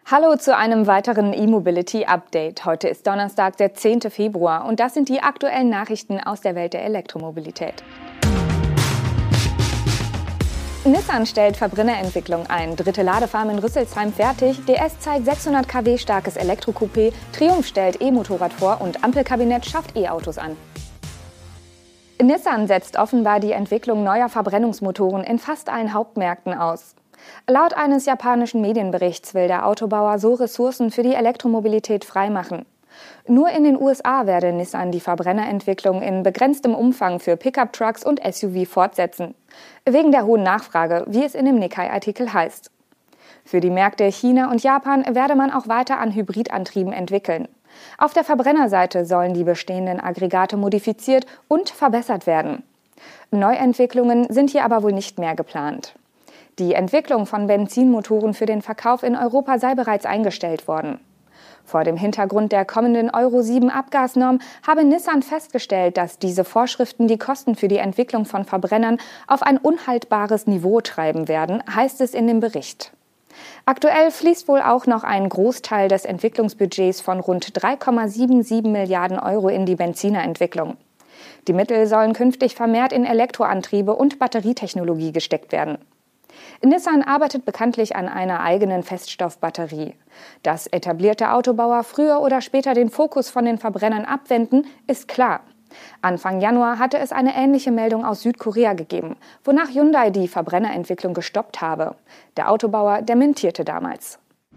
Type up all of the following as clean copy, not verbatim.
Hallo zu einem weiteren E-Mobility-Update. Heute ist Donnerstag, der 10. Februar und das sind die aktuellen Nachrichten aus der Welt der Elektromobilität. Nissan stellt Verbrennerentwicklung ein, dritte Ladefarm in Rüsselsheim fertig, DS zeigt 600 kW starkes Elektrocoupé, Triumph stellt E-Motorrad vor und Ampelkabinett schafft E-Autos an. Nissan setzt offenbar die Entwicklung neuer Verbrennungsmotoren in fast allen Hauptmärkten aus. Laut eines japanischen Medienberichts will der Autobauer so Ressourcen für die Elektromobilität freimachen. Nur in den USA werde Nissan die Verbrennerentwicklung in begrenztem Umfang für Pickup-Trucks und SUV fortsetzen. Wegen der hohen Nachfrage, wie es in dem Nikkei-Artikel heißt. Für die Märkte China und Japan werde man auch weiter an Hybridantrieben entwickeln. Auf der Verbrennerseite sollen die bestehenden Aggregate modifiziert und verbessert werden. Neuentwicklungen sind hier aber wohl nicht mehr geplant. Die Entwicklung von Benzinmotoren für den Verkauf in Europa sei bereits eingestellt worden. Vor dem Hintergrund der kommenden Euro 7 Abgasnorm habe Nissan festgestellt, dass diese Vorschriften die Kosten für die Entwicklung von Verbrennern auf ein unhaltbares Niveau treiben werden, heißt es in dem Bericht. Aktuell fließt wohl auch noch ein Großteil des Entwicklungsbudgets von rund 3,77 Milliarden Euro in die Benzinerentwicklung. Die Mittel sollen künftig vermehrt in Elektroantriebe und Batterietechnologie gesteckt werden. Nissan arbeitet bekanntlich an einer eigenen Feststoffbatterie. Dass etablierte Autobauer früher oder später den Fokus von den Verbrennern abwenden, ist klar. Anfang Januar hatte es eine ähnliche Meldung aus Südkorea gegeben, wonach Hyundai die Verbrennerentwicklung gestoppt habe. Der Autobauer dementierte damals.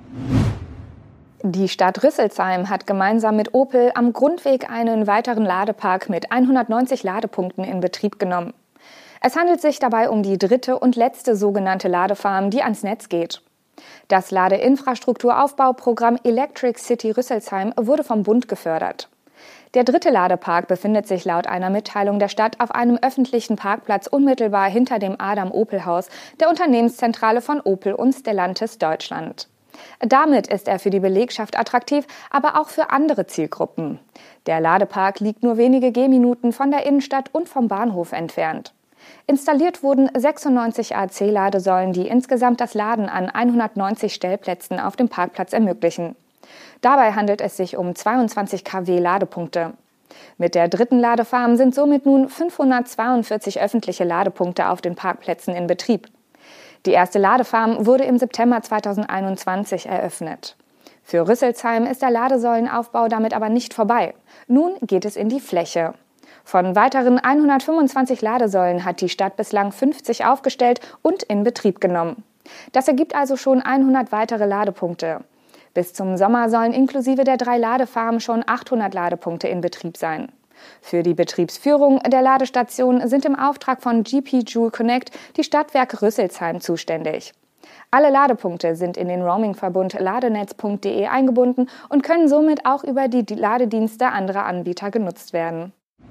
Die Stadt Rüsselsheim hat gemeinsam mit Opel am Grundweg einen weiteren Ladepark mit 190 Ladepunkten in Betrieb genommen. Es handelt sich dabei um die dritte und letzte sogenannte Ladefarm, die ans Netz geht. Das Ladeinfrastrukturaufbauprogramm Electric City Rüsselsheim wurde vom Bund gefördert. Der dritte Ladepark befindet sich laut einer Mitteilung der Stadt auf einem öffentlichen Parkplatz unmittelbar hinter dem Adam-Opel-Haus, der Unternehmenszentrale von Opel und Stellantis Deutschland. Damit ist er für die Belegschaft attraktiv, aber auch für andere Zielgruppen. Der Ladepark liegt nur wenige Gehminuten von der Innenstadt und vom Bahnhof entfernt. Installiert wurden 96 AC-Ladesäulen, die insgesamt das Laden an 190 Stellplätzen auf dem Parkplatz ermöglichen. Dabei handelt es sich um 22 kW Ladepunkte. Mit der dritten Ladefarm sind somit nun 542 öffentliche Ladepunkte auf den Parkplätzen in Betrieb. Die erste Ladefarm wurde im September 2021 eröffnet. Für Rüsselsheim ist der Ladesäulenaufbau damit aber nicht vorbei. Nun geht es in die Fläche. Von weiteren 125 Ladesäulen hat die Stadt bislang 50 aufgestellt und in Betrieb genommen. Das ergibt also schon 100 weitere Ladepunkte. Bis zum Sommer sollen inklusive der 3 Ladefarmen schon 800 Ladepunkte in Betrieb sein. Für die Betriebsführung der Ladestation sind im Auftrag von GP Joule Connect die Stadtwerke Rüsselsheim zuständig. Alle Ladepunkte sind in den Roaming-Verbund ladenetz.de eingebunden und können somit auch über die Ladedienste anderer Anbieter genutzt werden.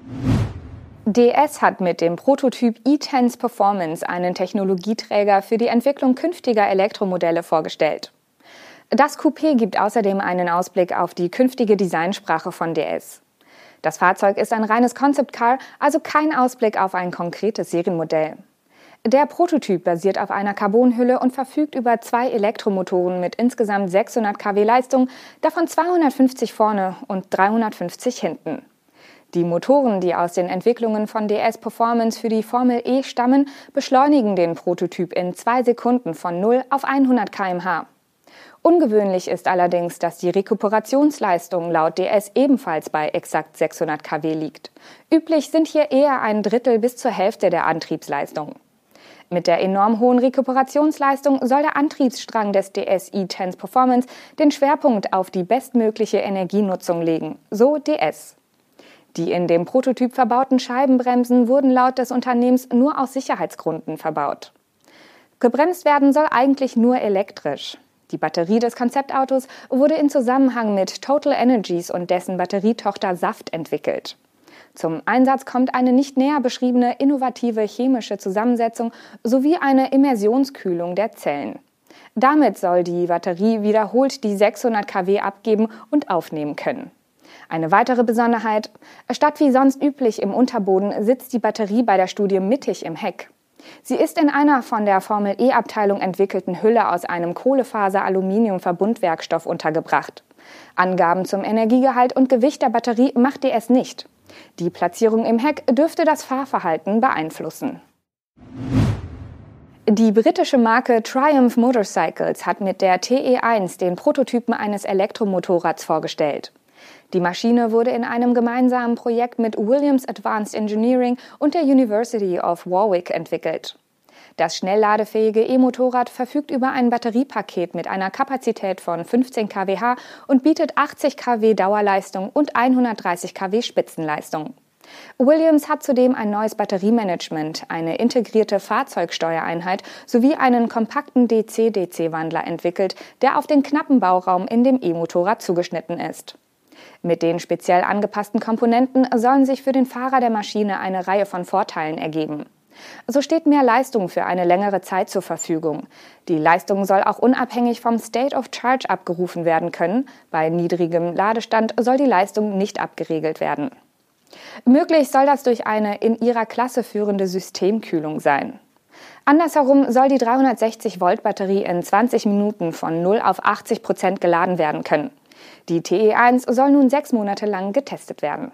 DS hat mit dem Prototyp e-Tense Performance einen Technologieträger für die Entwicklung künftiger Elektromodelle vorgestellt. Das Coupé gibt außerdem einen Ausblick auf die künftige Designsprache von DS. Das Fahrzeug ist ein reines Concept Car, also kein Ausblick auf ein konkretes Serienmodell. Der Prototyp basiert auf einer Carbonhülle und verfügt über 2 Elektromotoren mit insgesamt 600 kW Leistung, davon 250 vorne und 350 hinten. Die Motoren, die aus den Entwicklungen von DS Performance für die Formel E stammen, beschleunigen den Prototyp in 2 Sekunden von 0 auf 100 km/h. Ungewöhnlich ist allerdings, dass die Rekuperationsleistung laut DS ebenfalls bei exakt 600 kW liegt. Üblich sind hier eher ein Drittel bis zur Hälfte der Antriebsleistung. Mit der enorm hohen Rekuperationsleistung soll der Antriebsstrang des DS e-Tense Performance den Schwerpunkt auf die bestmögliche Energienutzung legen, so DS. Die in dem Prototyp verbauten Scheibenbremsen wurden laut des Unternehmens nur aus Sicherheitsgründen verbaut. Gebremst werden soll eigentlich nur elektrisch. Die Batterie des Konzeptautos wurde in Zusammenhang mit Total Energies und dessen Batterietochter Saft entwickelt. Zum Einsatz kommt eine nicht näher beschriebene innovative chemische Zusammensetzung sowie eine Immersionskühlung der Zellen. Damit soll die Batterie wiederholt die 600 kW abgeben und aufnehmen können. Eine weitere Besonderheit: Statt wie sonst üblich im Unterboden sitzt die Batterie bei der Studie mittig im Heck. Sie ist in einer von der Formel-E-Abteilung entwickelten Hülle aus einem Kohlefaser-Aluminium-Verbundwerkstoff untergebracht. Angaben zum Energiegehalt und Gewicht der Batterie macht DS nicht. Die Platzierung im Heck dürfte das Fahrverhalten beeinflussen. Die britische Marke Triumph Motorcycles hat mit der TE1 den Prototypen eines Elektromotorrads vorgestellt. Die Maschine wurde in einem gemeinsamen Projekt mit Williams Advanced Engineering und der University of Warwick entwickelt. Das schnellladefähige E-Motorrad verfügt über ein Batteriepaket mit einer Kapazität von 15 kWh und bietet 80 kW Dauerleistung und 130 kW Spitzenleistung. Williams hat zudem ein neues Batteriemanagement, eine integrierte Fahrzeugsteuereinheit sowie einen kompakten DC-DC-Wandler entwickelt, der auf den knappen Bauraum in dem E-Motorrad zugeschnitten ist. Mit den speziell angepassten Komponenten sollen sich für den Fahrer der Maschine eine Reihe von Vorteilen ergeben. So steht mehr Leistung für eine längere Zeit zur Verfügung. Die Leistung soll auch unabhängig vom State of Charge abgerufen werden können. Bei niedrigem Ladestand soll die Leistung nicht abgeregelt werden. Möglich soll das durch eine in ihrer Klasse führende Systemkühlung sein. Andersherum soll die 360-Volt-Batterie in 20 Minuten von 0 auf 80% geladen werden können. Die TE1 soll nun 6 Monate lang getestet werden.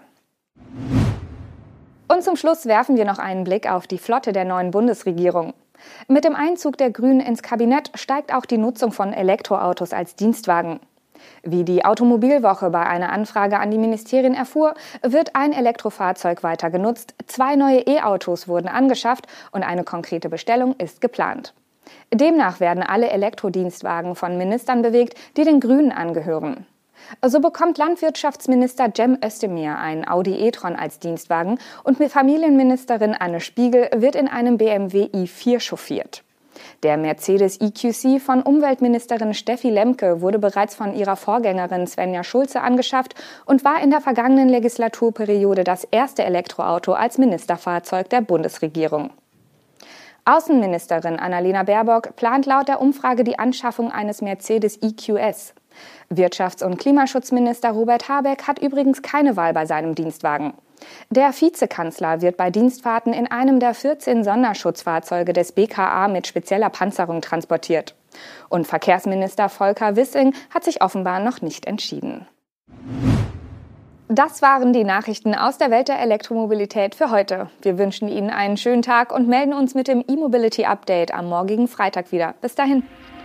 Und zum Schluss werfen wir noch einen Blick auf die Flotte der neuen Bundesregierung. Mit dem Einzug der Grünen ins Kabinett steigt auch die Nutzung von Elektroautos als Dienstwagen. Wie die Automobilwoche bei einer Anfrage an die Ministerien erfuhr, wird ein Elektrofahrzeug weiter genutzt, 2 neue E-Autos wurden angeschafft und eine konkrete Bestellung ist geplant. Demnach werden alle Elektrodienstwagen von Ministern bewegt, die den Grünen angehören. So bekommt Landwirtschaftsminister Cem Özdemir einen Audi e-tron als Dienstwagen und Familienministerin Anne Spiegel wird in einem BMW i4 chauffiert. Der Mercedes EQC von Umweltministerin Steffi Lemke wurde bereits von ihrer Vorgängerin Svenja Schulze angeschafft und war in der vergangenen Legislaturperiode das erste Elektroauto als Ministerfahrzeug der Bundesregierung. Außenministerin Annalena Baerbock plant laut der Umfrage die Anschaffung eines Mercedes EQS. Wirtschafts- und Klimaschutzminister Robert Habeck hat übrigens keine Wahl bei seinem Dienstwagen. Der Vizekanzler wird bei Dienstfahrten in einem der 14 Sonderschutzfahrzeuge des BKA mit spezieller Panzerung transportiert. Und Verkehrsminister Volker Wissing hat sich offenbar noch nicht entschieden. Das waren die Nachrichten aus der Welt der Elektromobilität für heute. Wir wünschen Ihnen einen schönen Tag und melden uns mit dem E-Mobility Update am morgigen Freitag wieder. Bis dahin.